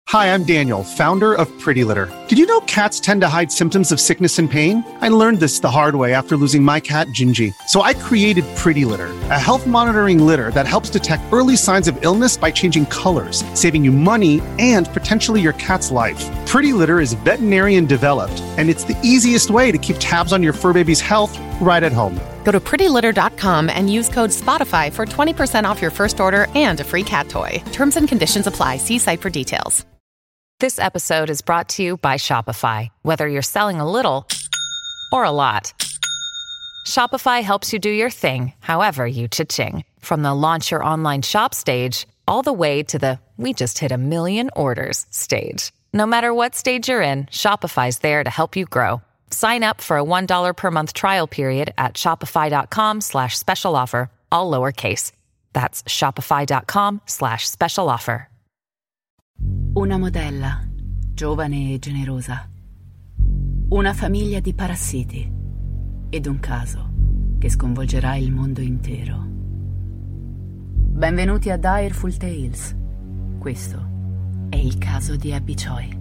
Hi, I'm Daniel, founder of Pretty Litter. Did you know cats tend to hide symptoms of sickness and pain? I learned this the hard way after losing my cat, Gingy. So I created Pretty Litter, a health monitoring litter that helps detect early signs of illness by changing colors, saving you money and potentially your cat's life. Pretty Litter is veterinarian developed, and it's the easiest way to keep tabs on your fur baby's health right at home. Go to prettylitter.com and use code SPOTIFY for 20% off your first order and a free cat toy. Terms and conditions apply. See site for details. This episode is brought to you by Shopify. Whether you're selling a little or a lot, Shopify helps you do your thing, however you cha-ching. From the launch your online shop stage, all the way to the we just hit 1 million orders stage. No matter what stage you're in, Shopify's there to help you grow. Sign up for a $1 per month trial period at shopify.com/special offer, all lowercase. That's shopify.com/special offer. Una modella, giovane e generosa. Una famiglia di parassiti. Ed un caso che sconvolgerà il mondo intero. Benvenuti a Direful Tales. Questo è il caso di Abby Choi.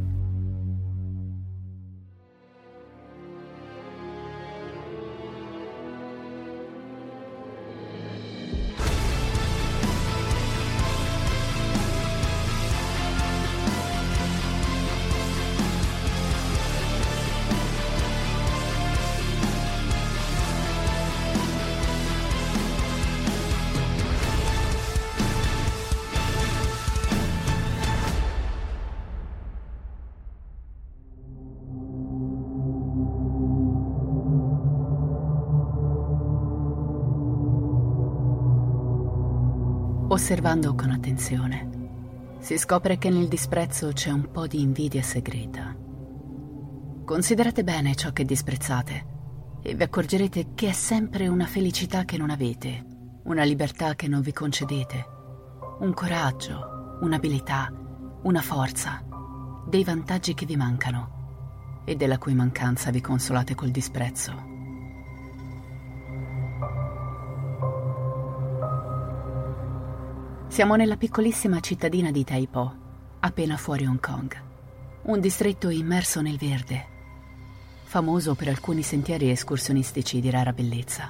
Osservando con attenzione, si scopre che nel disprezzo c'è un po' di invidia segreta. Considerate bene ciò che disprezzate e vi accorgerete che è sempre una felicità che non avete, una libertà che non vi concedete, un coraggio, un'abilità, una forza, dei vantaggi che vi mancano e della cui mancanza vi consolate col disprezzo. Siamo nella piccolissima cittadina di Tai Po, appena fuori Hong Kong. Un distretto immerso nel verde, famoso per alcuni sentieri escursionistici di rara bellezza.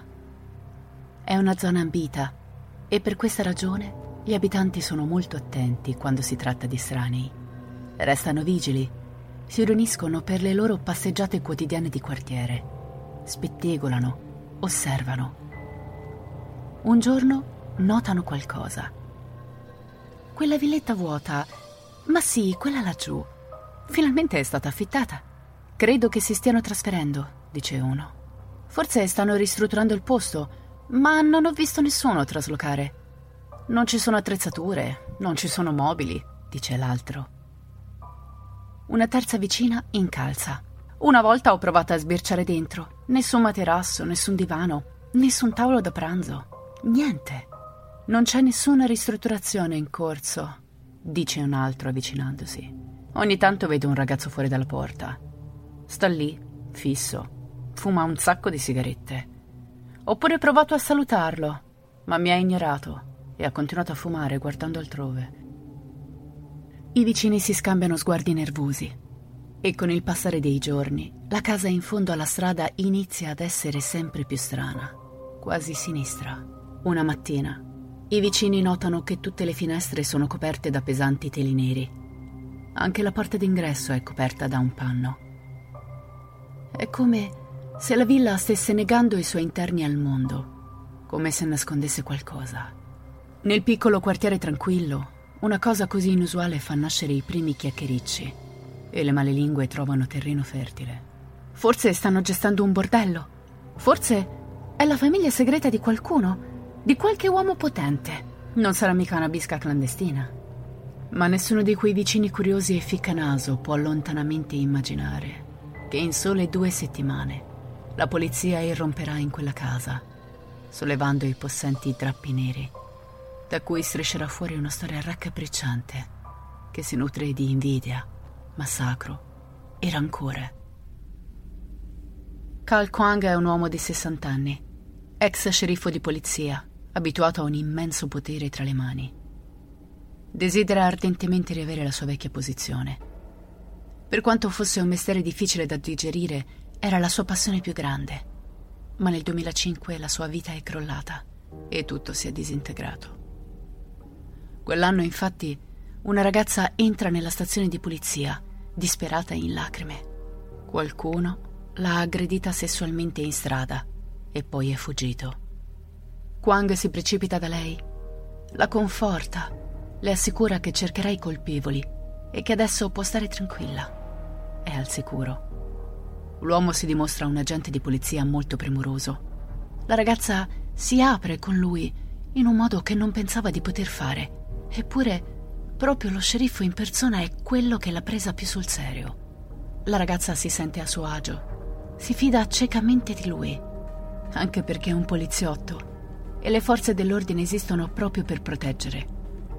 È una zona ambita e per questa ragione gli abitanti sono molto attenti quando si tratta di estranei. Restano vigili, si riuniscono per le loro passeggiate quotidiane di quartiere, spettegolano, osservano. Un giorno notano qualcosa. Quella villetta vuota, ma sì, quella laggiù. Finalmente è stata affittata. Credo che si stiano trasferendo, dice uno. Forse stanno ristrutturando il posto, ma non ho visto nessuno traslocare. Non ci sono attrezzature, non ci sono mobili, dice l'altro. Una terza vicina incalza. Una volta ho provato a sbirciare dentro. Nessun materasso, nessun divano, nessun tavolo da pranzo. Niente. Non c'è nessuna ristrutturazione in corso, dice un altro avvicinandosi. Ogni tanto vedo un ragazzo fuori dalla porta. Sta lì, fisso, fuma un sacco di sigarette. Ho pure provato a salutarlo, ma mi ha ignorato e ha continuato a fumare guardando altrove. I vicini si scambiano sguardi nervosi e con il passare dei giorni la casa in fondo alla strada inizia ad essere sempre più strana, quasi sinistra. Una mattina i vicini notano che tutte le finestre sono coperte da pesanti teli neri. Anche la porta d'ingresso è coperta da un panno. È come se la villa stesse negando i suoi interni al mondo, come se nascondesse qualcosa. Nel piccolo quartiere tranquillo, una cosa così inusuale fa nascere i primi chiacchiericci e le malelingue trovano terreno fertile. Forse stanno gestendo un bordello. Forse è la famiglia segreta di qualcuno, di qualche uomo potente. Non sarà mica una bisca clandestina. Ma nessuno di quei vicini curiosi e ficcanaso può lontanamente immaginare che in sole 2 settimane la polizia irromperà in quella casa, sollevando i possenti drappi neri, da cui striscerà fuori una storia raccapricciante che si nutre di invidia, massacro e rancore. Cal Kwang è un uomo di 60 anni, ex sceriffo di polizia, abituato a un immenso potere tra le mani. Desidera ardentemente riavere la sua vecchia posizione. Per quanto fosse un mestiere difficile da digerire, era la sua passione più grande. Ma nel 2005 la sua vita è crollata e tutto si è disintegrato. Quell'anno, infatti, una ragazza entra nella stazione di polizia, disperata e in lacrime. Qualcuno l'ha aggredita sessualmente in strada e poi è fuggito. Kwang si precipita da lei, la conforta, le assicura che cercherà i colpevoli e che adesso può stare tranquilla. È al sicuro. L'uomo si dimostra un agente di polizia molto premuroso. La ragazza si apre con lui in un modo che non pensava di poter fare. Eppure, proprio lo sceriffo in persona è quello che l'ha presa più sul serio. La ragazza si sente a suo agio. Si fida ciecamente di lui, anche perché è un poliziotto e le forze dell'ordine esistono proprio per proteggere.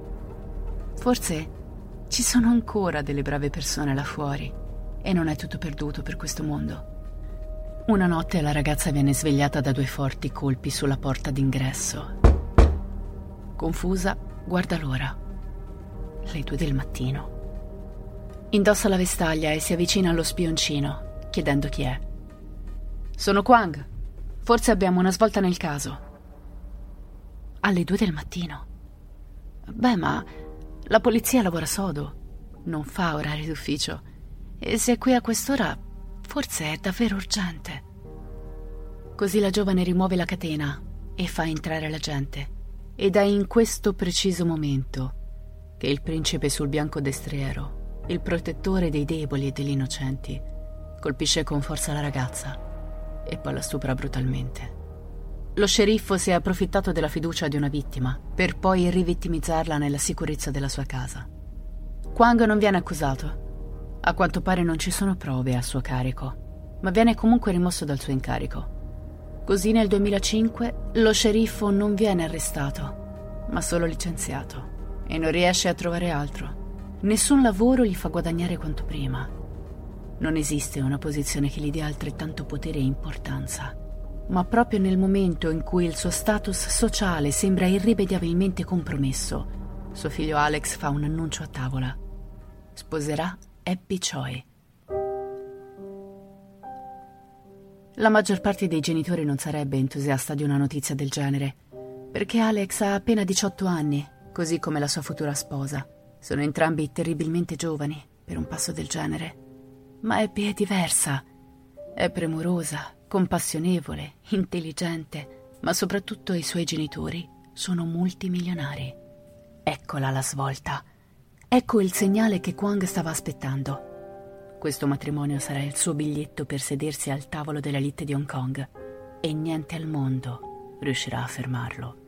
Forse ci sono ancora delle brave persone là fuori e non è tutto perduto per questo mondo. Una notte la ragazza viene svegliata da 2 forti colpi sulla porta d'ingresso. Confusa, guarda l'ora. Le 2 del mattino. Indossa la vestaglia e si avvicina allo spioncino, chiedendo chi è. Sono Kwang. Forse abbiamo una svolta nel caso. Alle 2 del mattino? Beh, ma la polizia lavora sodo. Non fa orari d'ufficio. E se è qui a quest'ora, forse è davvero urgente. Così la giovane rimuove la catena e fa entrare la gente. Ed è in questo preciso momento che il principe sul bianco destriero, il protettore dei deboli e degli innocenti, colpisce con forza la ragazza e poi la stupra brutalmente. Lo sceriffo si è approfittato della fiducia di una vittima per poi rivittimizzarla nella sicurezza della sua casa. Kwang non viene accusato. A quanto pare non ci sono prove a suo carico, ma viene comunque rimosso dal suo incarico. Così nel 2005 lo sceriffo non viene arrestato, ma solo licenziato, e non riesce a trovare altro. Nessun lavoro gli fa guadagnare quanto prima. Non esiste una posizione che gli dia altrettanto potere e importanza. Ma proprio nel momento in cui il suo status sociale sembra irrimediabilmente compromesso, suo figlio Alex fa un annuncio a tavola. Sposerà Abby Choi. La maggior parte dei genitori non sarebbe entusiasta di una notizia del genere, perché Alex ha appena 18 anni, così come la sua futura sposa. Sono entrambi terribilmente giovani per un passo del genere. Ma Abby è diversa. È premurosa, compassionevole, intelligente, ma soprattutto i suoi genitori sono multimilionari. Eccola la svolta. Ecco il segnale che Kwang stava aspettando. Questo matrimonio sarà il suo biglietto per sedersi al tavolo della elite di Hong Kong e niente al mondo riuscirà a fermarlo.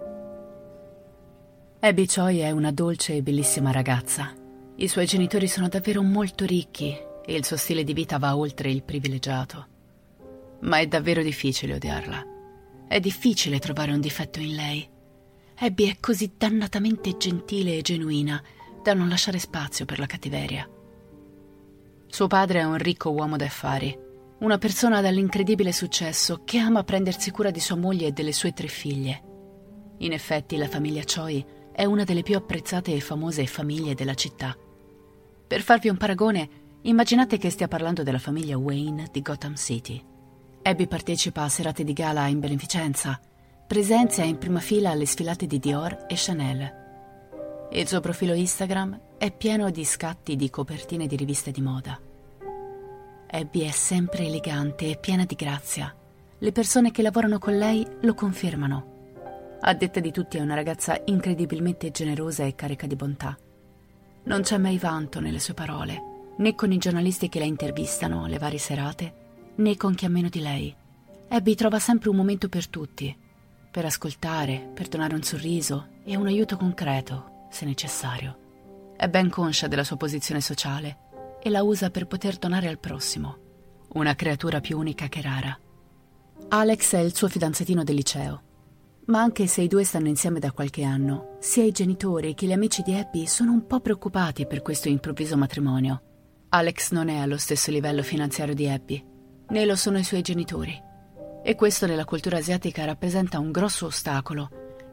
Abby Choi è una dolce e bellissima ragazza. I suoi genitori sono davvero molto ricchi e il suo stile di vita va oltre il privilegiato. Ma è davvero difficile odiarla. È difficile trovare un difetto in lei. Abby è così dannatamente gentile e genuina da non lasciare spazio per la cattiveria. Suo padre è un ricco uomo d'affari, una persona dall'incredibile successo che ama prendersi cura di sua moglie e delle sue 3 figlie. In effetti la famiglia Choi è una delle più apprezzate e famose famiglie della città. Per farvi un paragone, immaginate che stia parlando della famiglia Wayne di Gotham City. Abby partecipa a serate di gala in beneficenza, presenzia in prima fila alle sfilate di Dior e Chanel. Il suo profilo Instagram è pieno di scatti di copertine di riviste di moda. Abby è sempre elegante e piena di grazia. Le persone che lavorano con lei lo confermano. A detta di tutti è una ragazza incredibilmente generosa e carica di bontà. Non c'è mai vanto nelle sue parole, né con i giornalisti che la intervistano alle varie serate, né con chi ha meno di lei. Abby trova sempre un momento per tutti, per ascoltare, per donare un sorriso e un aiuto concreto, se necessario. È ben conscia della sua posizione sociale e la usa per poter donare al prossimo. Una creatura più unica che rara. Alex è il suo fidanzatino del liceo. Ma anche se i due stanno insieme da qualche anno, sia i genitori che gli amici di Abby sono un po' preoccupati per questo improvviso matrimonio. Alex non è allo stesso livello finanziario di Abby, né lo sono i suoi genitori. E questo nella cultura asiatica rappresenta un grosso ostacolo,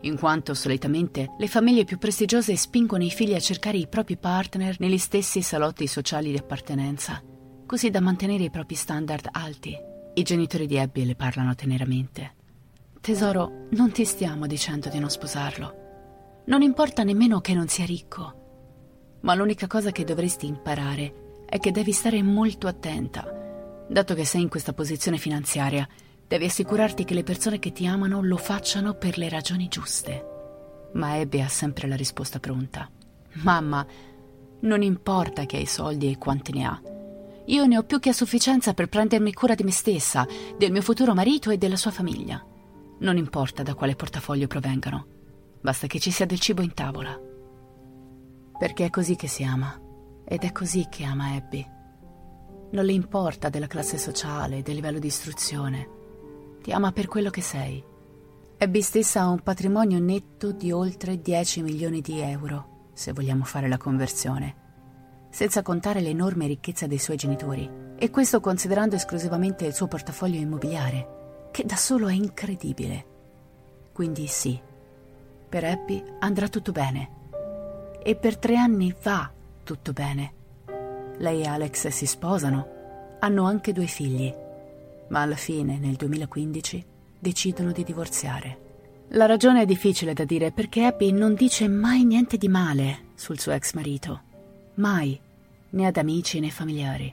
in quanto solitamente le famiglie più prestigiose spingono i figli a cercare i propri partner negli stessi salotti sociali di appartenenza, così da mantenere i propri standard alti. I genitori di Abby le parlano teneramente. Tesoro, non ti stiamo dicendo di non sposarlo. Non importa nemmeno che non sia ricco. Ma l'unica cosa che dovresti imparare è che devi stare molto attenta. Dato che sei in questa posizione finanziaria, devi assicurarti che le persone che ti amano lo facciano per le ragioni giuste. Ma Abby ha sempre la risposta pronta. Mamma, non importa che hai soldi e quanti ne ha. Io ne ho più che a sufficienza per prendermi cura di me stessa, del mio futuro marito e della sua famiglia. Non importa da quale portafoglio provengano. Basta che ci sia del cibo in tavola. Perché è così che si ama. Ed è così che ama Abby. Non le importa della classe sociale, del livello di istruzione. Ti ama per quello che sei. Abby stessa ha un patrimonio netto di oltre 10 milioni di euro, se vogliamo fare la conversione, senza contare l'enorme ricchezza dei suoi genitori, e questo considerando esclusivamente il suo portafoglio immobiliare, che da solo è incredibile. Quindi sì, per Abby andrà tutto bene. E per 3 anni va tutto bene. Lei e Alex si sposano, hanno anche 2 figli, ma alla fine, nel 2015, decidono di divorziare. La ragione è difficile da dire perché Abby non dice mai niente di male sul suo ex marito. Mai, né ad amici né familiari.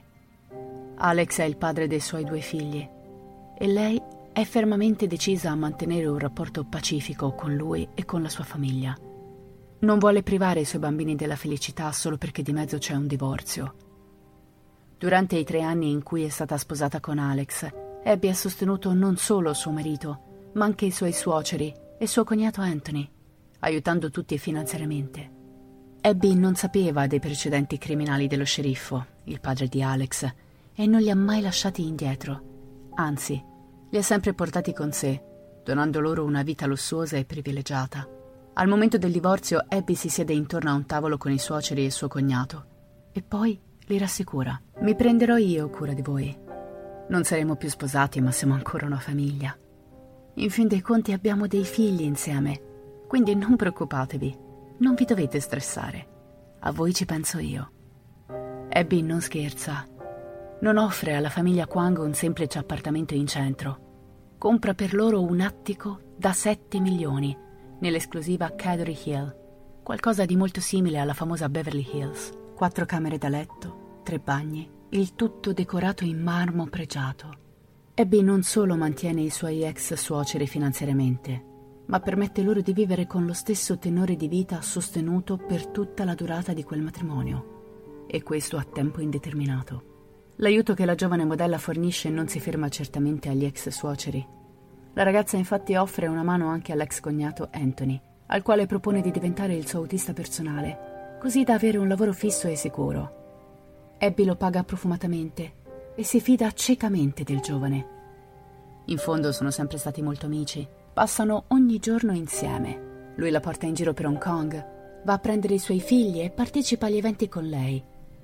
Alex è il padre dei suoi 2 figli e lei è fermamente decisa a mantenere un rapporto pacifico con lui e con la sua famiglia. Non vuole privare i suoi bambini della felicità solo perché di mezzo c'è un divorzio. Durante i 3 anni in cui è stata sposata con Alex, Abby ha sostenuto non solo suo marito, ma anche i suoi suoceri e suo cognato Anthony, aiutando tutti finanziariamente. Abby non sapeva dei precedenti criminali dello sceriffo, il padre di Alex, e non li ha mai lasciati indietro. Anzi, li ha sempre portati con sé, donando loro una vita lussuosa e privilegiata. Al momento del divorzio, Abby si siede intorno a un tavolo con i suoceri e suo cognato, e poi li rassicura. Mi prenderò io cura di voi. Non saremo più sposati, ma siamo ancora una famiglia. In fin dei conti abbiamo dei figli insieme, quindi non preoccupatevi, non vi dovete stressare. A voi ci penso io. Abby non scherza. Non offre alla famiglia Kwang un semplice appartamento in centro. Compra per loro un attico da 7 milioni nell'esclusiva Cadbury Hill, qualcosa di molto simile alla famosa Beverly Hills. 4 camere da letto, 3 bagni, il tutto decorato in marmo pregiato. Abby non solo mantiene i suoi ex suoceri finanziariamente, ma permette loro di vivere con lo stesso tenore di vita sostenuto per tutta la durata di quel matrimonio, e questo a tempo indeterminato. L'aiuto che la giovane modella fornisce non si ferma certamente agli ex suoceri. La ragazza infatti offre una mano anche all'ex cognato Anthony, al quale propone di diventare il suo autista personale, così da avere un lavoro fisso e sicuro. Abby lo paga profumatamente e si fida ciecamente del giovane. In fondo sono sempre stati molto amici, passano ogni giorno insieme. Lui la porta in giro per Hong Kong, va a prendere i suoi figli e partecipa agli eventi con lei.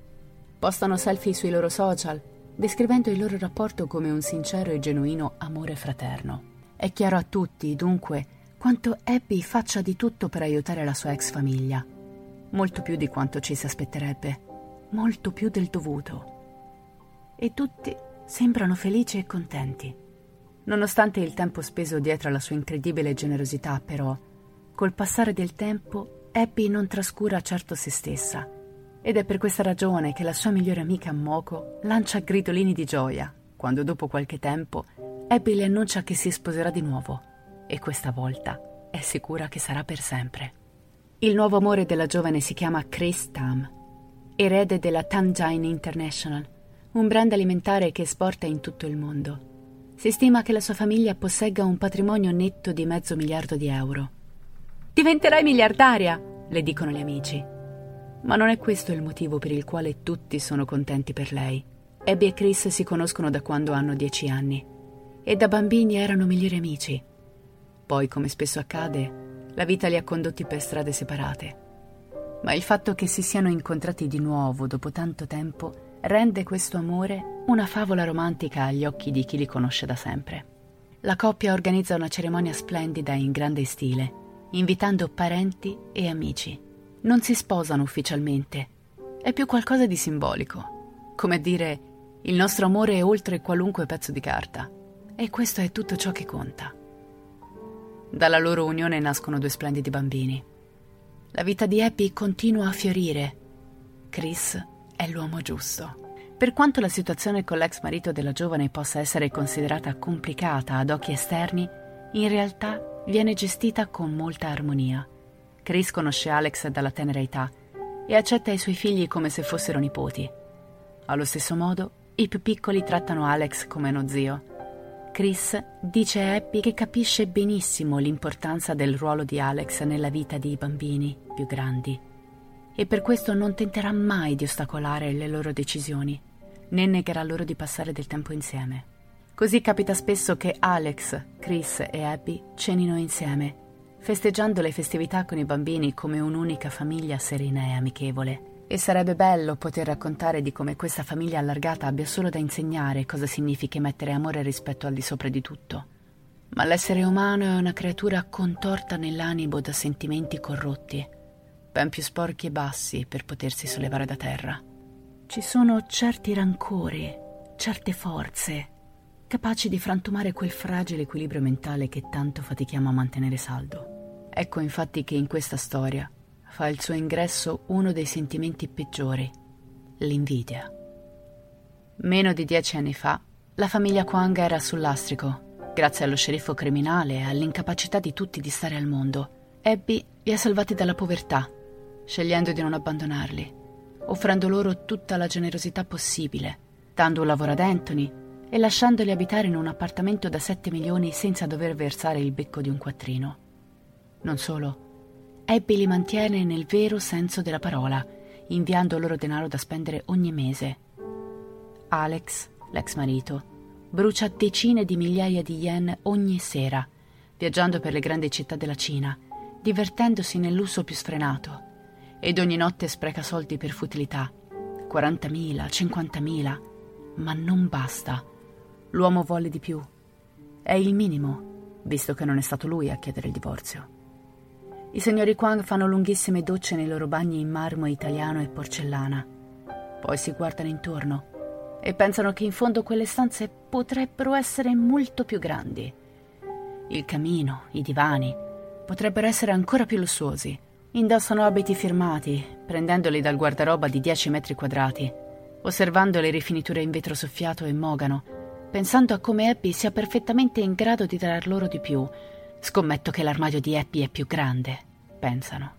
Postano selfie sui loro social, descrivendo il loro rapporto come un sincero e genuino amore fraterno. È chiaro a tutti, dunque, quanto Abby faccia di tutto per aiutare la sua ex famiglia. Molto più di quanto ci si aspetterebbe, molto più del dovuto. E tutti sembrano felici e contenti. Nonostante il tempo speso dietro alla sua incredibile generosità, però, col passare del tempo, Abby non trascura certo se stessa. Ed è per questa ragione che la sua migliore amica Moko lancia gridolini di gioia quando dopo qualche tempo Abby le annuncia che si sposerà di nuovo, e questa volta è sicura che sarà per sempre. Il nuovo amore della giovane si chiama Chris Tam, erede della Tanjine International, un brand alimentare che esporta in tutto il mondo. Si stima che la sua famiglia possegga un patrimonio netto di $500 milioni. «Diventerai miliardaria!» le dicono gli amici. Ma non è questo il motivo per il quale tutti sono contenti per lei. Abby e Chris si conoscono da quando hanno 10 anni e da bambini erano migliori amici. Poi, come spesso accade, la vita li ha condotti per strade separate. Ma il fatto che si siano incontrati di nuovo dopo tanto tempo rende questo amore una favola romantica agli occhi di chi li conosce da sempre. La coppia organizza una cerimonia splendida in grande stile invitando parenti e amici. Non si sposano ufficialmente, è più qualcosa di simbolico, come dire il nostro amore è oltre qualunque pezzo di carta, e questo è tutto ciò che conta. Dalla loro unione nascono 2 splendidi bambini. La vita di Abby continua a fiorire. Chris è l'uomo giusto. Per quanto la situazione con l'ex marito della giovane possa essere considerata complicata ad occhi esterni, in realtà viene gestita con molta armonia. Chris conosce Alex dalla tenera età e accetta i suoi figli come se fossero nipoti. Allo stesso modo, i più piccoli trattano Alex come uno zio. Chris dice a Abby che capisce benissimo l'importanza del ruolo di Alex nella vita dei bambini più grandi e per questo non tenterà mai di ostacolare le loro decisioni, né negherà loro di passare del tempo insieme. Così capita spesso che Alex, Chris e Abby cenino insieme, festeggiando le festività con i bambini come un'unica famiglia serena e amichevole. E sarebbe bello poter raccontare di come questa famiglia allargata abbia solo da insegnare cosa significa mettere amore e rispetto al di sopra di tutto. Ma l'essere umano è una creatura contorta nell'animo da sentimenti corrotti, ben più sporchi e bassi per potersi sollevare da terra. Ci sono certi rancori, certe forze, capaci di frantumare quel fragile equilibrio mentale che tanto fatichiamo a mantenere saldo. Ecco infatti che in questa storia fa il suo ingresso uno dei sentimenti peggiori, l'invidia. Meno di 10 anni fa, la famiglia Kwang era sul lastrico, grazie allo sceriffo criminale e all'incapacità di tutti di stare al mondo. Abby li ha salvati dalla povertà, scegliendo di non abbandonarli, offrendo loro tutta la generosità possibile, dando un lavoro ad Anthony e lasciandoli abitare in un appartamento da 7 milioni senza dover versare il becco di un quattrino. Non solo, Abby li mantiene nel vero senso della parola, inviando loro denaro da spendere ogni mese. Alex, l'ex marito, brucia decine di migliaia di yen ogni sera, viaggiando per le grandi città della Cina, divertendosi nel lusso più sfrenato, ed ogni notte spreca soldi per futilità, 40.000, 50.000, ma non basta. L'uomo vuole di più. È il minimo, visto che non è stato lui a chiedere il divorzio. I signori Kwang fanno lunghissime docce nei loro bagni in marmo italiano e porcellana. Poi si guardano intorno e pensano che in fondo quelle stanze potrebbero essere molto più grandi. Il camino, i divani, potrebbero essere ancora più lussuosi. Indossano abiti firmati, prendendoli dal guardaroba di 10 metri quadrati, osservando le rifiniture in vetro soffiato e mogano, pensando a come Abby sia perfettamente in grado di dar loro di più. Scommetto che l'armadio di Abby è più grande, pensano.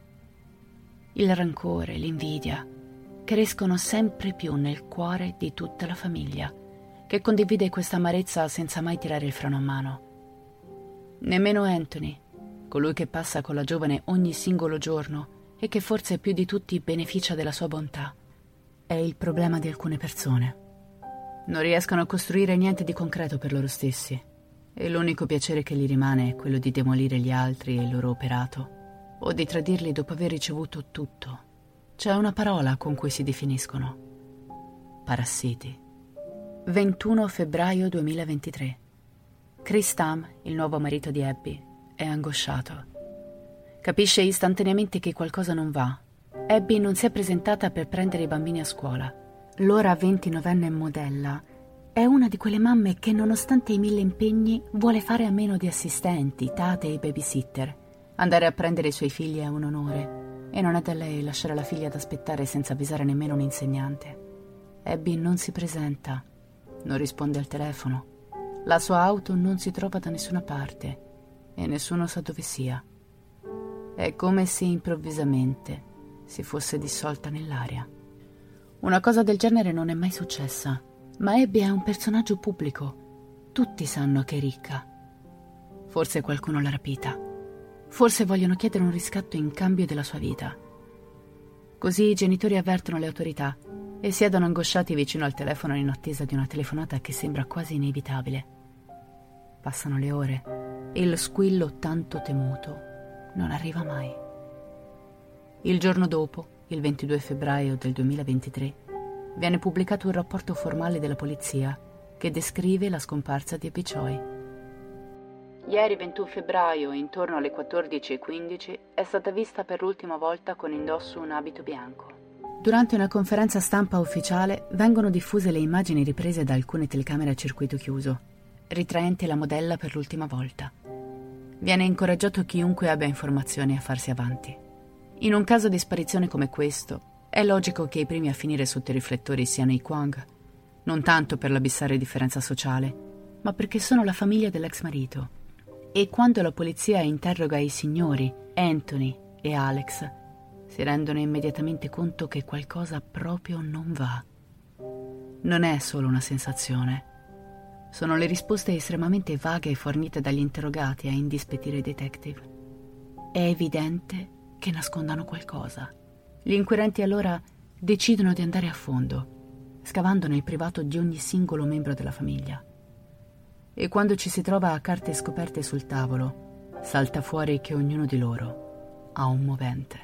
Il rancore, l'invidia, crescono sempre più nel cuore di tutta la famiglia, che condivide questa amarezza senza mai tirare il freno a mano. Nemmeno Anthony, colui che passa con la giovane ogni singolo giorno e che forse più di tutti beneficia della sua bontà, è il problema di alcune persone. Non riescono a costruire niente di concreto per loro stessi, e l'unico piacere che gli rimane è quello di demolire gli altri e il loro operato, o di tradirli dopo aver ricevuto tutto. C'è una parola con cui si definiscono: parassiti. 21 febbraio 2023. Chris Tam, il nuovo marito di Abby, è angosciato. Capisce istantaneamente che qualcosa non va. Abby non si è presentata per prendere i bambini a scuola. L'ora 29enne modella è una di quelle mamme che, nonostante i 1000 impegni, vuole fare a meno di assistenti, tate e babysitter. Andare a prendere i suoi figli è un onore, e non è da lei lasciare la figlia ad aspettare senza avvisare nemmeno un insegnante. Abby non si presenta, non risponde al telefono. La sua auto non si trova da nessuna parte e nessuno sa dove sia. È come se improvvisamente si fosse dissolta nell'aria. Una cosa del genere non è mai successa. Ma Abby è un personaggio pubblico. Tutti sanno che è ricca. Forse qualcuno l'ha rapita. Forse vogliono chiedere un riscatto in cambio della sua vita. Così i genitori avvertono le autorità e siedono angosciati vicino al telefono in attesa di una telefonata che sembra quasi inevitabile. Passano le ore e lo squillo tanto temuto non arriva mai. Il giorno dopo, il 22 febbraio del 2023, viene pubblicato un rapporto formale della polizia che descrive la scomparsa di Abby Choi. Ieri 21 febbraio, intorno alle 14:15, è stata vista per l'ultima volta con indosso un abito bianco. Durante una conferenza stampa ufficiale vengono diffuse le immagini riprese da alcune telecamere a circuito chiuso, ritraenti la modella per l'ultima volta. Viene incoraggiato chiunque abbia informazioni a farsi avanti. In un caso di sparizione come questo, è logico che i primi a finire sotto i riflettori siano i Kwang, non tanto per l'abissale differenza sociale, ma perché sono la famiglia dell'ex marito. E quando la polizia interroga i signori Anthony e Alex, si rendono immediatamente conto che qualcosa proprio non va. Non è solo una sensazione. Sono le risposte estremamente vaghe fornite dagli interrogati a indispettire i detective. È evidente che nascondano qualcosa. Gli inquirenti allora decidono di andare a fondo, scavando nel privato di ogni singolo membro della famiglia. E quando ci si trova a carte scoperte sul tavolo, salta fuori che ognuno di loro ha un movente.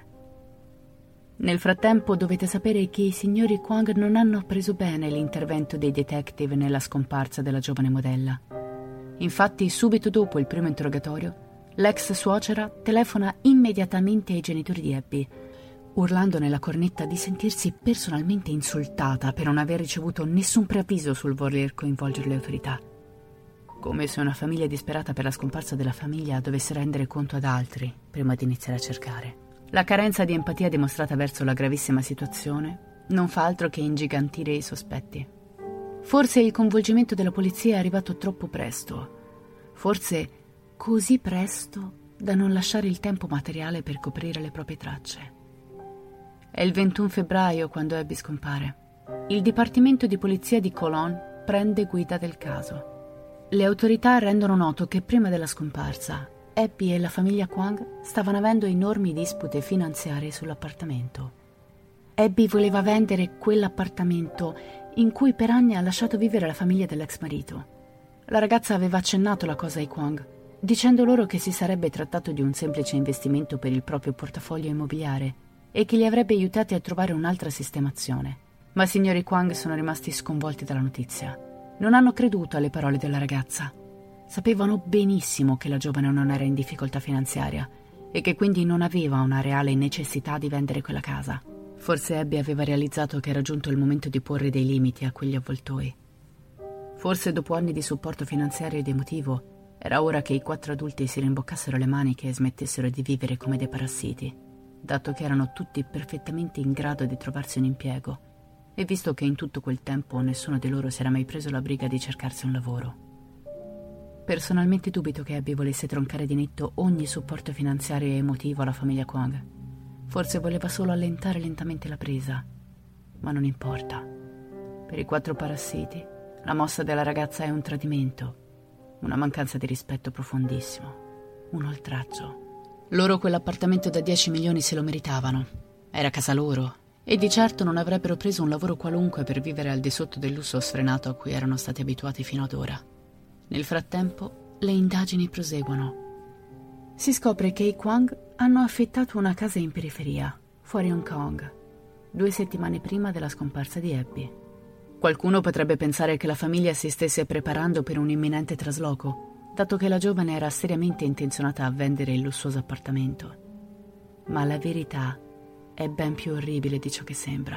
Nel frattempo dovete sapere che i signori Kwang non hanno preso bene l'intervento dei detective nella scomparsa della giovane modella. Infatti, subito dopo il primo interrogatorio, l'ex suocera telefona immediatamente ai genitori di Abby, urlando nella cornetta di sentirsi personalmente insultata per non aver ricevuto nessun preavviso sul voler coinvolgere le autorità. Come se una famiglia disperata per la scomparsa della famiglia dovesse rendere conto ad altri prima di iniziare a cercare. La carenza di empatia dimostrata verso la gravissima situazione non fa altro che ingigantire i sospetti. Forse il coinvolgimento della polizia è arrivato troppo presto. Forse così presto da non lasciare il tempo materiale per coprire le proprie tracce. È il 21 febbraio quando Abby scompare. Il Dipartimento di Polizia di Cologne prende guida del caso. Le autorità rendono noto che prima della scomparsa Abby e la famiglia Kwang stavano avendo enormi dispute finanziarie sull'appartamento. Abby voleva vendere quell'appartamento in cui per anni ha lasciato vivere la famiglia dell'ex marito. La ragazza aveva accennato la cosa ai Kwang, dicendo loro che si sarebbe trattato di un semplice investimento per il proprio portafoglio immobiliare e che li avrebbe aiutati a trovare un'altra sistemazione. Ma i signori Kwang sono rimasti sconvolti dalla notizia. Non hanno creduto alle parole della ragazza. Sapevano benissimo che la giovane non era in difficoltà finanziaria e che quindi non aveva una reale necessità di vendere quella casa. Forse Abby aveva realizzato che era giunto il momento di porre dei limiti a quegli avvoltoi. Forse dopo anni di supporto finanziario ed emotivo, era ora che i 4 adulti si rimboccassero le maniche e smettessero di vivere come dei parassiti, dato che erano tutti perfettamente in grado di trovarsi un impiego, e visto che in tutto quel tempo nessuno di loro si era mai preso la briga di cercarsi un lavoro. Personalmente dubito che Abby volesse troncare di netto ogni supporto finanziario e emotivo alla famiglia Kwang. Forse voleva solo allentare lentamente la presa, ma non importa. Per i 4 parassiti, la mossa della ragazza è un tradimento, una mancanza di rispetto profondissimo, un oltraggio. Loro quell'appartamento da 10 milioni se lo meritavano. Era casa loro. E di certo non avrebbero preso un lavoro qualunque per vivere al di sotto del lusso sfrenato a cui erano stati abituati fino ad ora. Nel frattempo, le indagini proseguono. Si scopre che i Kwang hanno affittato una casa in periferia, fuori Hong Kong, 2 settimane prima della scomparsa di Abby. Qualcuno potrebbe pensare che la famiglia si stesse preparando per un imminente trasloco, dato che la giovane era seriamente intenzionata a vendere il lussuoso appartamento. Ma la verità è ben più orribile di ciò che sembra.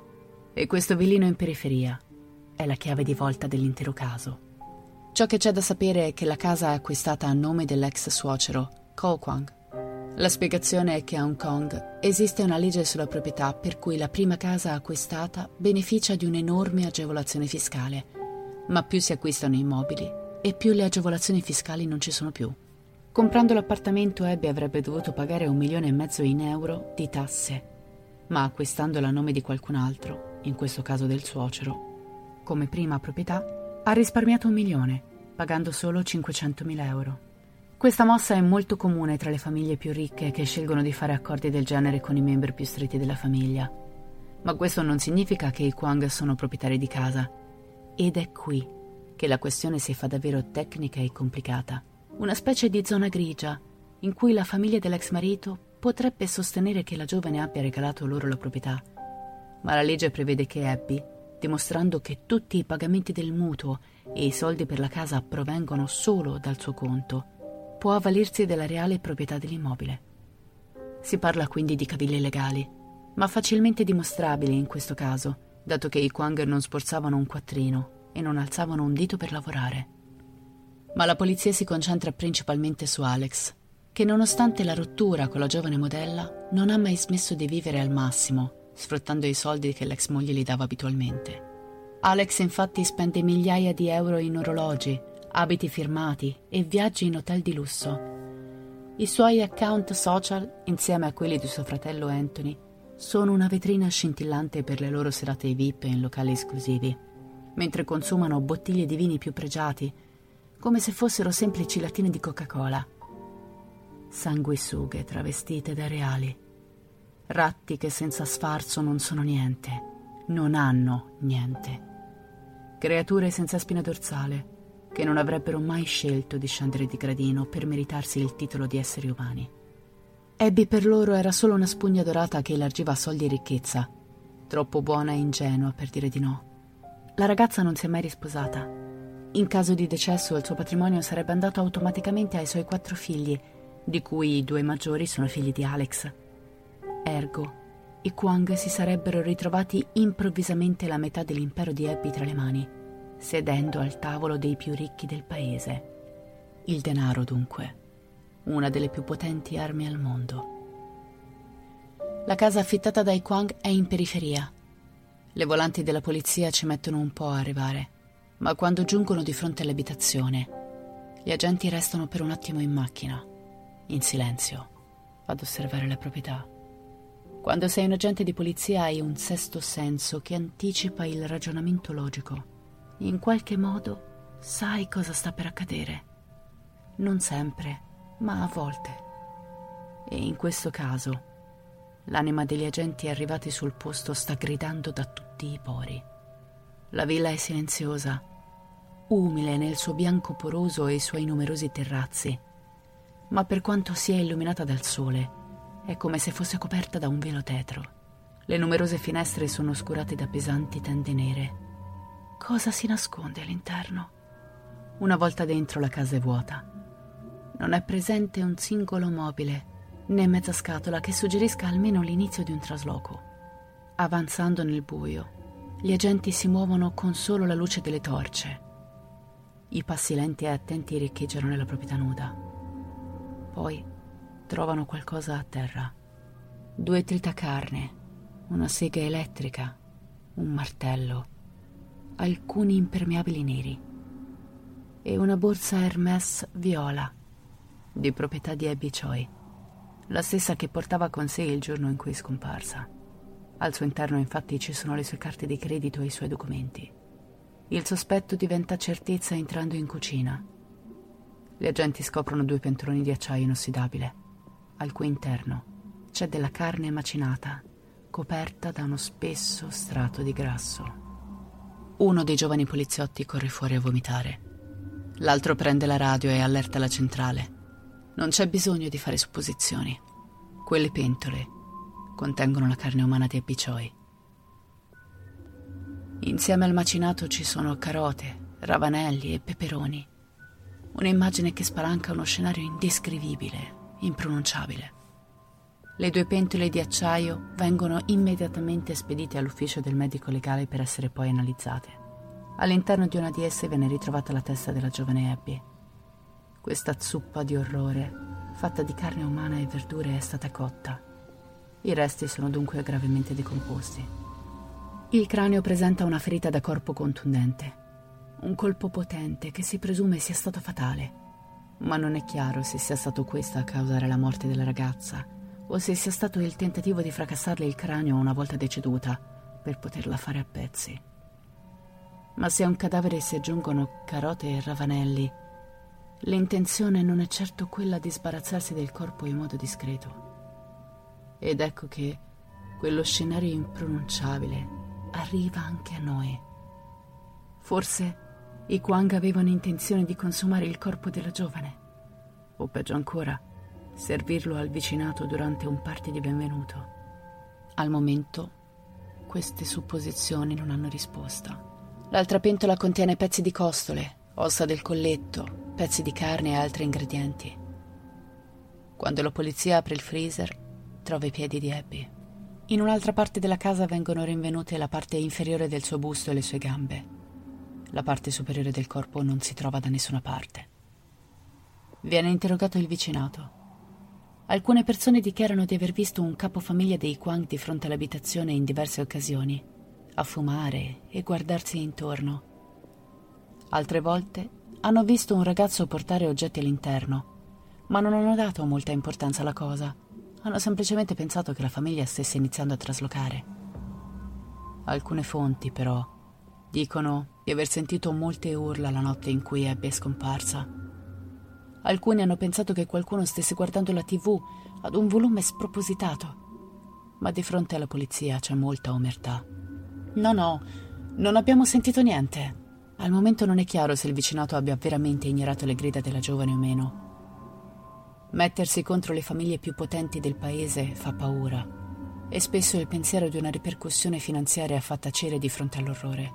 E questo villino in periferia è la chiave di volta dell'intero caso. Ciò che c'è da sapere è che la casa è acquistata a nome dell'ex suocero, Ko Kwang. La spiegazione è che a Hong Kong esiste una legge sulla proprietà per cui la prima casa acquistata beneficia di un'enorme agevolazione fiscale, ma più si acquistano immobili e più le agevolazioni fiscali non ci sono più. Comprando l'appartamento, Abby avrebbe dovuto pagare 1,5 milioni in euro di tasse, ma acquistandolo a nome di qualcun altro, in questo caso del suocero, come prima proprietà, ha risparmiato 1 milione, pagando solo 500.000 euro. Questa mossa è molto comune tra le famiglie più ricche che scelgono di fare accordi del genere con i membri più stretti della famiglia. Ma questo non significa che i Kwang sono proprietari di casa. Ed è qui che la questione si fa davvero tecnica e complicata. Una specie di zona grigia, in cui la famiglia dell'ex marito potrebbe sostenere che la giovane abbia regalato loro la proprietà. Ma la legge prevede che Abby, dimostrando che tutti i pagamenti del mutuo e i soldi per la casa provengono solo dal suo conto, può avvalersi della reale proprietà dell'immobile. Si parla quindi di cavilli legali, ma facilmente dimostrabili in questo caso, dato che i Kwang non sforzavano un quattrino e non alzavano un dito per lavorare. Ma la polizia si concentra principalmente su Alex, che nonostante la rottura con la giovane modella non ha mai smesso di vivere al massimo, sfruttando i soldi che l'ex moglie gli dava abitualmente. Alex infatti spende migliaia di euro in orologi, abiti firmati e viaggi in hotel di lusso. I suoi account social, insieme a quelli di suo fratello Anthony, sono una vetrina scintillante per le loro serate VIP in locali esclusivi, mentre consumano bottiglie di vini più pregiati, come se fossero semplici lattine di Coca-Cola. Sanguisughe travestite da reali. Ratti che senza sfarzo non sono niente, non hanno niente. Creature senza spina dorsale, che non avrebbero mai scelto di scendere di gradino per meritarsi il titolo di esseri umani. Abby per loro era solo una spugna dorata che elargiva soldi e ricchezza, troppo buona e ingenua per dire di no. La ragazza non si è mai risposata. In caso di decesso il suo patrimonio sarebbe andato automaticamente ai suoi 4 figli, di cui i 2 maggiori sono figli di Alex. Ergo, i Kwang si sarebbero ritrovati improvvisamente la metà dell'impero di Abby tra le mani, sedendo al tavolo dei più ricchi del paese. Il denaro, dunque, una delle più potenti armi al mondo. La casa affittata dai Kwang è in periferia. Le volanti della polizia ci mettono un po' a arrivare, ma quando giungono di fronte all'abitazione, gli agenti restano per un attimo in macchina, in silenzio, ad osservare la proprietà. Quando sei un agente di polizia hai un sesto senso che anticipa il ragionamento logico. In qualche modo sai cosa sta per accadere. Non sempre, ma a volte. E in questo caso, l'anima degli agenti arrivati sul posto sta gridando da tutti i pori. La villa è silenziosa, umile nel suo bianco poroso e i suoi numerosi terrazzi, ma per quanto sia illuminata dal sole, è come se fosse coperta da un velo tetro. Le numerose finestre sono oscurate da pesanti tende nere. Cosa si nasconde all'interno? Una volta dentro la casa è vuota. Non è presente un singolo mobile, né mezza scatola che suggerisca almeno l'inizio di un trasloco. Avanzando nel buio, gli agenti si muovono con solo la luce delle torce. I passi lenti e attenti riecheggiano nella proprietà nuda. Poi trovano qualcosa a terra. 2 tritacarne, una sega elettrica, un martello, alcuni impermeabili neri e una borsa Hermès viola, di proprietà di Abby Choi, la stessa che portava con sé il giorno in cui è scomparsa. Al suo interno infatti ci sono le sue carte di credito e i suoi documenti. Il sospetto diventa certezza entrando in cucina. Gli agenti scoprono 2 pentoloni di acciaio inossidabile, al cui interno c'è della carne macinata, coperta da uno spesso strato di grasso. Uno dei giovani poliziotti corre fuori a vomitare. L'altro prende la radio e allerta la centrale. Non c'è bisogno di fare supposizioni. Quelle pentole contengono la carne umana di Abby Choi. Insieme al macinato ci sono carote, ravanelli e peperoni. Un'immagine che spalanca uno scenario indescrivibile, impronunciabile. Le 2 pentole di acciaio vengono immediatamente spedite all'ufficio del medico legale per essere poi analizzate. All'interno di una di esse viene ritrovata la testa della giovane Abby. Questa zuppa di orrore, fatta di carne umana e verdure, è stata cotta. I resti sono dunque gravemente decomposti. Il cranio presenta una ferita da corpo contundente, un colpo potente che si presume sia stato fatale, ma non è chiaro se sia stato questo a causare la morte della ragazza o se sia stato il tentativo di fracassarle il cranio una volta deceduta per poterla fare a pezzi. Ma se a un cadavere si aggiungono carote e ravanelli, l'intenzione non è certo quella di sbarazzarsi del corpo in modo discreto. Ed ecco che quello scenario impronunciabile arriva anche a noi. Forse i Kwang avevano intenzione di consumare il corpo della giovane, o peggio ancora, servirlo al vicinato durante un party di benvenuto. Al momento, queste supposizioni non hanno risposta. L'altra pentola contiene pezzi di costole, ossa del colletto, pezzi di carne e altri ingredienti. Quando la polizia apre il freezer, trova i piedi di Abby. In un'altra parte della casa vengono rinvenute la parte inferiore del suo busto e le sue gambe. La parte superiore del corpo non si trova da nessuna parte. Viene interrogato il vicinato. Alcune persone dichiarano di aver visto un capofamiglia dei Kwang di fronte all'abitazione in diverse occasioni, a fumare e guardarsi intorno. Altre volte hanno visto un ragazzo portare oggetti all'interno, ma non hanno dato molta importanza alla cosa. Hanno semplicemente pensato che la famiglia stesse iniziando a traslocare. Alcune fonti, però, dicono di aver sentito molte urla la notte in cui Abby è scomparsa. Alcuni hanno pensato che qualcuno stesse guardando la TV ad un volume spropositato, ma di fronte alla polizia c'è molta omertà. No, non abbiamo sentito niente. Al momento non è chiaro se il vicinato abbia veramente ignorato le grida della giovane o meno. Mettersi contro le famiglie più potenti del paese fa paura, e spesso il pensiero di una ripercussione finanziaria fa tacere di fronte all'orrore.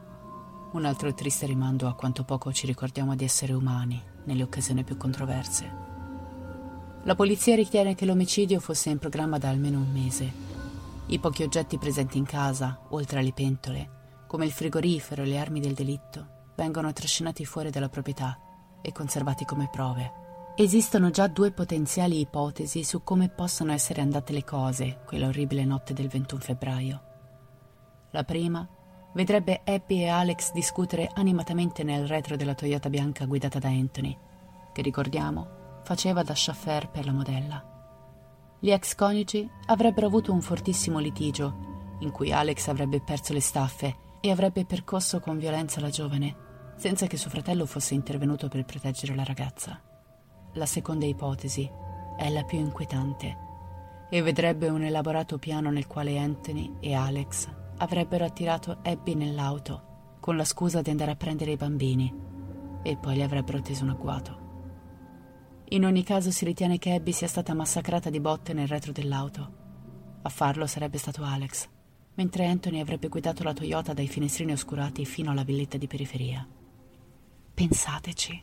Un altro triste rimando a quanto poco ci ricordiamo di essere umani nelle occasioni più controverse. La polizia ritiene che l'omicidio fosse in programma da almeno un mese. I pochi oggetti presenti in casa, oltre alle pentole, come il frigorifero e le armi del delitto, vengono trascinati fuori dalla proprietà e conservati come prove. Esistono già 2 potenziali ipotesi su come possono essere andate le cose quella orribile notte del 21 febbraio. La prima vedrebbe Abby e Alex discutere animatamente nel retro della Toyota bianca guidata da Anthony, che ricordiamo faceva da chauffeur per la modella. Gli ex coniugi avrebbero avuto un fortissimo litigio, in cui Alex avrebbe perso le staffe e avrebbe percosso con violenza la giovane, senza che suo fratello fosse intervenuto per proteggere la ragazza. La seconda ipotesi è la più inquietante e vedrebbe un elaborato piano nel quale Anthony e Alex avrebbero attirato Abby nell'auto con la scusa di andare a prendere i bambini e poi gli avrebbero teso un agguato. In ogni caso si ritiene che Abby sia stata massacrata di botte nel retro dell'auto. A farlo sarebbe stato Alex, mentre Anthony avrebbe guidato la Toyota dai finestrini oscurati fino alla villetta di periferia. Pensateci.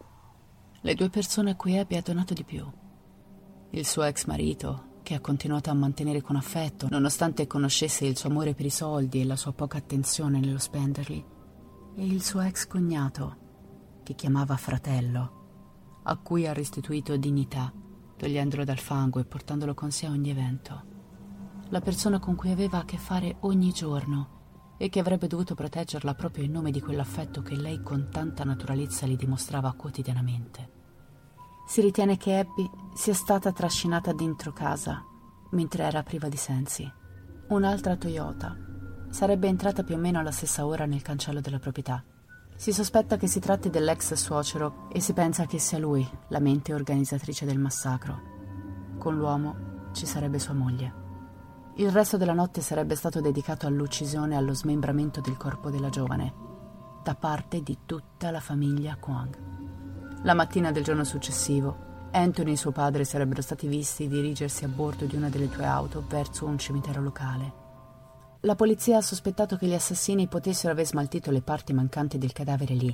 Le 2 persone a cui Abby ha donato di più. Il suo ex marito, che ha continuato a mantenere con affetto, nonostante conoscesse il suo amore per i soldi e la sua poca attenzione nello spenderli, e il suo ex cognato, che chiamava fratello, a cui ha restituito dignità, togliendolo dal fango e portandolo con sé a ogni evento. La persona con cui aveva a che fare ogni giorno e che avrebbe dovuto proteggerla proprio in nome di quell'affetto che lei con tanta naturalezza gli dimostrava quotidianamente. Si ritiene che Abby sia stata trascinata dentro casa mentre era priva di sensi. Un'altra Toyota sarebbe entrata più o meno alla stessa ora nel cancello della proprietà. Si sospetta che si tratti dell'ex suocero e si pensa che sia lui la mente organizzatrice del massacro. Con l'uomo ci sarebbe sua moglie. Il resto della notte sarebbe stato dedicato all'uccisione e allo smembramento del corpo della giovane, da parte di tutta la famiglia Kwang. La mattina del giorno successivo, Anthony e suo padre sarebbero stati visti dirigersi a bordo di una delle 2 auto verso un cimitero locale. La polizia ha sospettato che gli assassini potessero aver smaltito le parti mancanti del cadavere lì,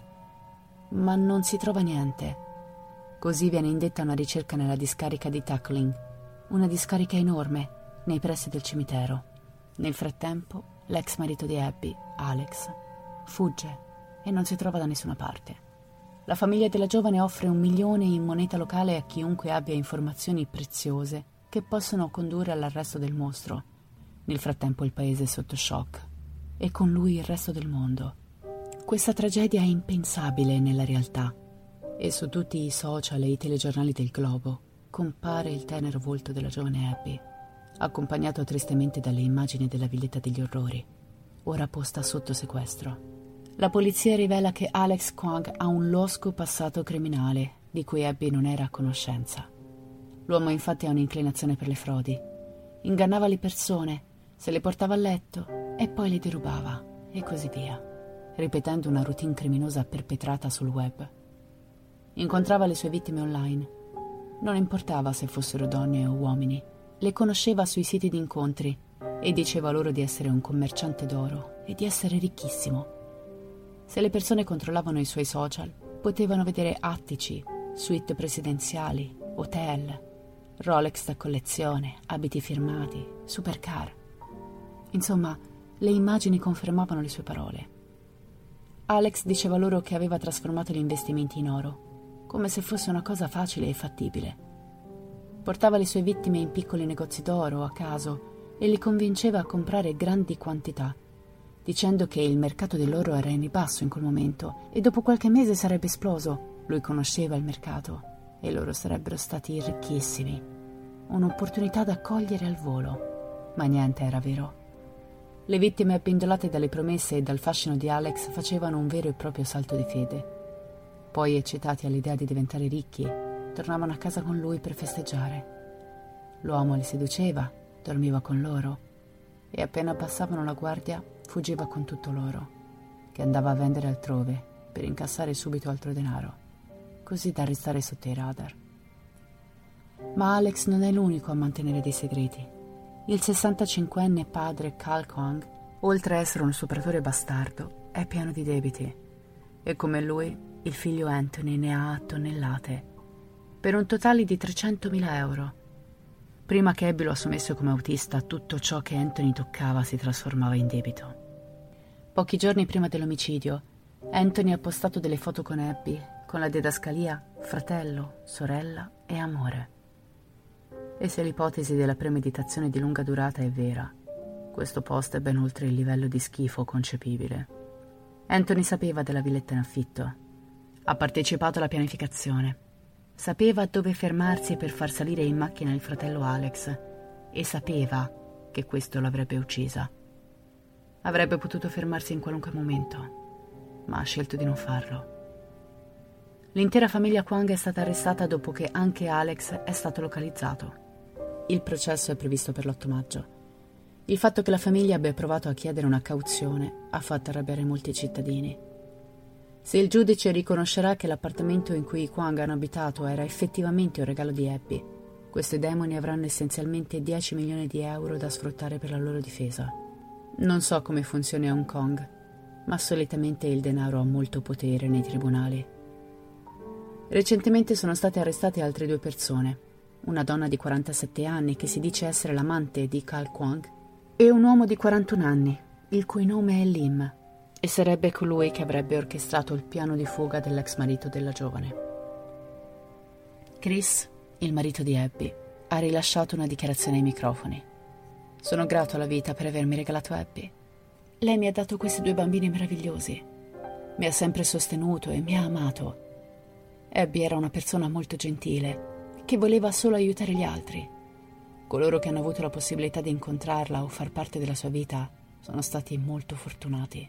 ma non si trova niente. Così viene indetta una ricerca nella discarica di Tackling, una discarica enorme nei pressi del cimitero. Nel frattempo, l'ex marito di Abby, Alex, fugge e non si trova da nessuna parte. La famiglia della giovane offre $1 milione in moneta locale a chiunque abbia informazioni preziose che possono condurre all'arresto del mostro. Nel frattempo il paese è sotto shock e con lui il resto del mondo. Questa tragedia è impensabile nella realtà e su tutti i social e i telegiornali del globo compare il tenero volto della giovane Abby, accompagnato tristemente dalle immagini della villetta degli orrori, ora posta sotto sequestro. La polizia rivela che Alex Kwang ha un losco passato criminale di cui Abby non era a conoscenza. L'uomo infatti ha un'inclinazione per le frodi. Ingannava le persone, se le portava a letto e poi le derubava, e così via, ripetendo una routine criminosa perpetrata sul web. Incontrava le sue vittime online. Non importava se fossero donne o uomini. Le conosceva sui siti di incontri e diceva loro di essere un commerciante d'oro e di essere ricchissimo. Se le persone controllavano i suoi social, potevano vedere attici, suite presidenziali, hotel, Rolex da collezione, abiti firmati, supercar. Insomma, le immagini confermavano le sue parole. Alex diceva loro che aveva trasformato gli investimenti in oro, come se fosse una cosa facile e fattibile. Portava le sue vittime in piccoli negozi d'oro a caso e li convinceva a comprare grandi quantità, dicendo che il mercato dell'oro era in ribasso in quel momento e dopo qualche mese sarebbe esploso. Lui conosceva il mercato e loro sarebbero stati ricchissimi. Un'opportunità da cogliere al volo. Ma niente era vero. Le vittime abbindolate dalle promesse e dal fascino di Alex facevano un vero e proprio salto di fede. Poi, eccitati all'idea di diventare ricchi, tornavano a casa con lui per festeggiare. L'uomo li seduceva, dormiva con loro e appena passavano la guardia fuggiva con tutto l'oro, che andava a vendere altrove per incassare subito altro denaro, così da restare sotto i radar. Ma Alex non è l'unico a mantenere dei segreti. Il 65enne padre Carl Kwang, oltre a essere un stupratore bastardo, è pieno di debiti e come lui il figlio Anthony ne ha a tonnellate, per un totale di 300.000 euro. Prima che Abby lo assumesse come autista, tutto ciò che Anthony toccava si trasformava in debito. Pochi giorni prima dell'omicidio, Anthony ha postato delle foto con Abby, con la didascalia fratello, sorella e amore. E se l'ipotesi della premeditazione di lunga durata è vera, questo post è ben oltre il livello di schifo concepibile. Anthony sapeva della villetta in affitto. Ha partecipato alla pianificazione. Sapeva dove fermarsi per far salire in macchina il fratello Alex e sapeva che questo l'avrebbe uccisa. Avrebbe potuto fermarsi in qualunque momento, ma ha scelto di non farlo. L'intera famiglia Kwang è stata arrestata dopo che anche Alex è stato localizzato. Il processo è previsto per l'8 maggio. Il fatto che la famiglia abbia provato a chiedere una cauzione ha fatto arrabbiare molti cittadini. Se il giudice riconoscerà che l'appartamento in cui i Kwang hanno abitato era effettivamente un regalo di Abby, questi demoni avranno essenzialmente 10 milioni di euro da sfruttare per la loro difesa. Non so come funzioni a Hong Kong, ma solitamente il denaro ha molto potere nei tribunali. Recentemente sono state arrestate altre 2 persone, una donna di 47 anni che si dice essere l'amante di Carl Kwang e un uomo di 41 anni, il cui nome è Lim, e sarebbe colui che avrebbe orchestrato il piano di fuga dell'ex marito della giovane. Chris, il marito di Abby, ha rilasciato una dichiarazione ai microfoni. Sono grato alla vita per avermi regalato Abby. Lei mi ha dato questi 2 bambini meravigliosi. Mi ha sempre sostenuto e mi ha amato. Abby era una persona molto gentile, che voleva solo aiutare gli altri. Coloro che hanno avuto la possibilità di incontrarla o far parte della sua vita sono stati molto fortunati.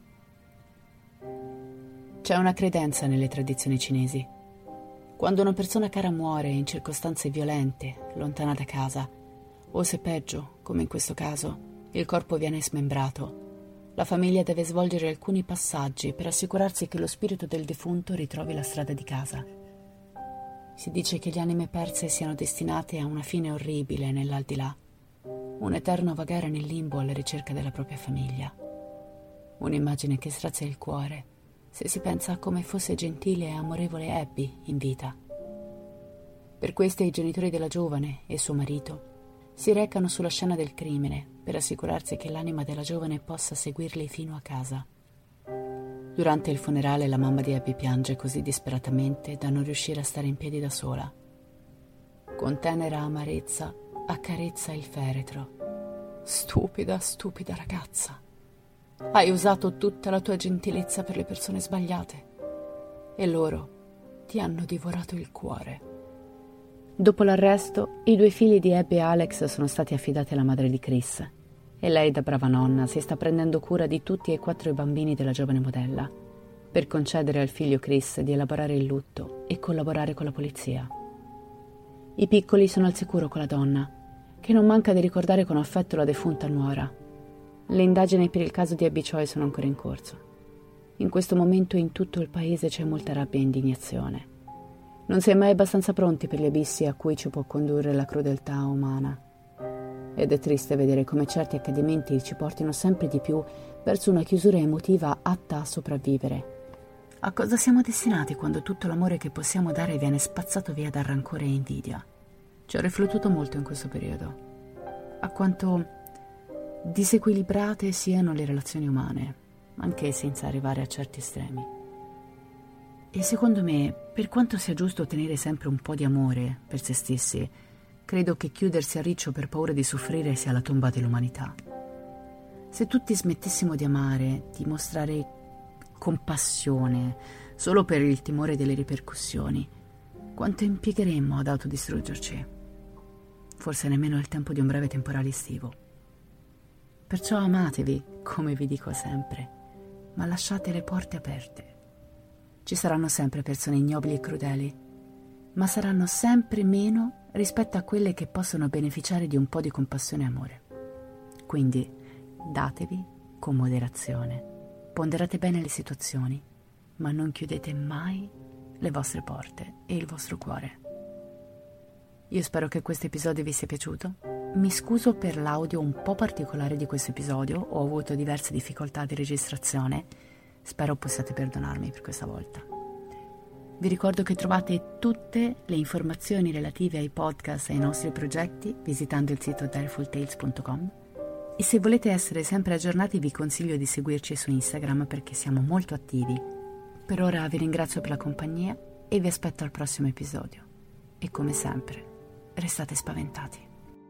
C'è una credenza nelle tradizioni cinesi. Quando una persona cara muore in circostanze violente, lontana da casa, o se peggio, come in questo caso, il corpo viene smembrato, la famiglia deve svolgere alcuni passaggi per assicurarsi che lo spirito del defunto ritrovi la strada di casa. Si dice che le anime perse siano destinate a una fine orribile nell'aldilà, un eterno vagare nel limbo alla ricerca della propria famiglia. Un'immagine che strazia il cuore se si pensa a come fosse gentile e amorevole Abby in vita. Per questo i genitori della giovane e suo marito si recano sulla scena del crimine per assicurarsi che l'anima della giovane possa seguirli fino a casa. Durante il funerale la mamma di Abby piange così disperatamente da non riuscire a stare in piedi da sola. Con tenera amarezza accarezza il feretro. Stupida, stupida ragazza. Hai usato tutta la tua gentilezza per le persone sbagliate e loro ti hanno divorato il cuore. Dopo l'arresto, i 2 figli di Abby e Alex sono stati affidati alla madre di Chris e lei, da brava nonna, si sta prendendo cura di tutti e 4 i bambini della giovane modella per concedere al figlio Chris di elaborare il lutto e collaborare con la polizia. I piccoli sono al sicuro con la donna, che non manca di ricordare con affetto la defunta nuora. Le indagini per il caso di Abby Choi sono ancora in corso. In questo momento in tutto il paese c'è molta rabbia e indignazione. Non si è mai abbastanza pronti per gli abissi a cui ci può condurre la crudeltà umana. Ed è triste vedere come certi accadimenti ci portino sempre di più verso una chiusura emotiva atta a sopravvivere. A cosa siamo destinati quando tutto l'amore che possiamo dare viene spazzato via da rancore e invidia? Ci ho riflettuto molto in questo periodo, a quanto disequilibrate siano le relazioni umane, anche senza arrivare a certi estremi. E secondo me, per quanto sia giusto ottenere sempre un po' di amore per se stessi, credo che chiudersi a riccio per paura di soffrire sia la tomba dell'umanità. Se tutti smettessimo di amare, di mostrare compassione solo per il timore delle ripercussioni, quanto impiegheremmo ad autodistruggerci? Forse nemmeno il tempo di un breve temporale estivo. Perciò amatevi, come vi dico sempre, ma lasciate le porte aperte. Ci saranno sempre persone ignobili e crudeli, ma saranno sempre meno rispetto a quelle che possono beneficiare di un po' di compassione e amore. Quindi datevi con moderazione, ponderate bene le situazioni, ma non chiudete mai le vostre porte e il vostro cuore. Io spero che questo episodio vi sia piaciuto. Mi scuso per l'audio un po' particolare di questo episodio, ho avuto diverse difficoltà di registrazione, spero possiate perdonarmi per questa volta. Vi ricordo che trovate tutte le informazioni relative ai podcast e ai nostri progetti visitando il sito direfultales.com e se volete essere sempre aggiornati vi consiglio di seguirci su Instagram perché siamo molto attivi. Per ora vi ringrazio per la compagnia e vi aspetto al prossimo episodio. E come sempre, restate spaventati.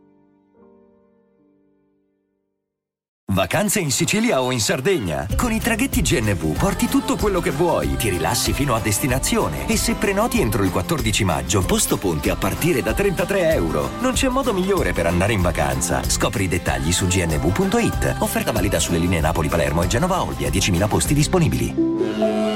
Vacanze in Sicilia o in Sardegna? Con i traghetti GNV porti tutto quello che vuoi, ti rilassi fino a destinazione e se prenoti entro il 14 maggio, posto ponti a partire da €33. Non c'è modo migliore per andare in vacanza. Scopri i dettagli su gnv.it. Offerta valida sulle linee Napoli-Palermo e Genova-Olbia, 10.000 posti disponibili.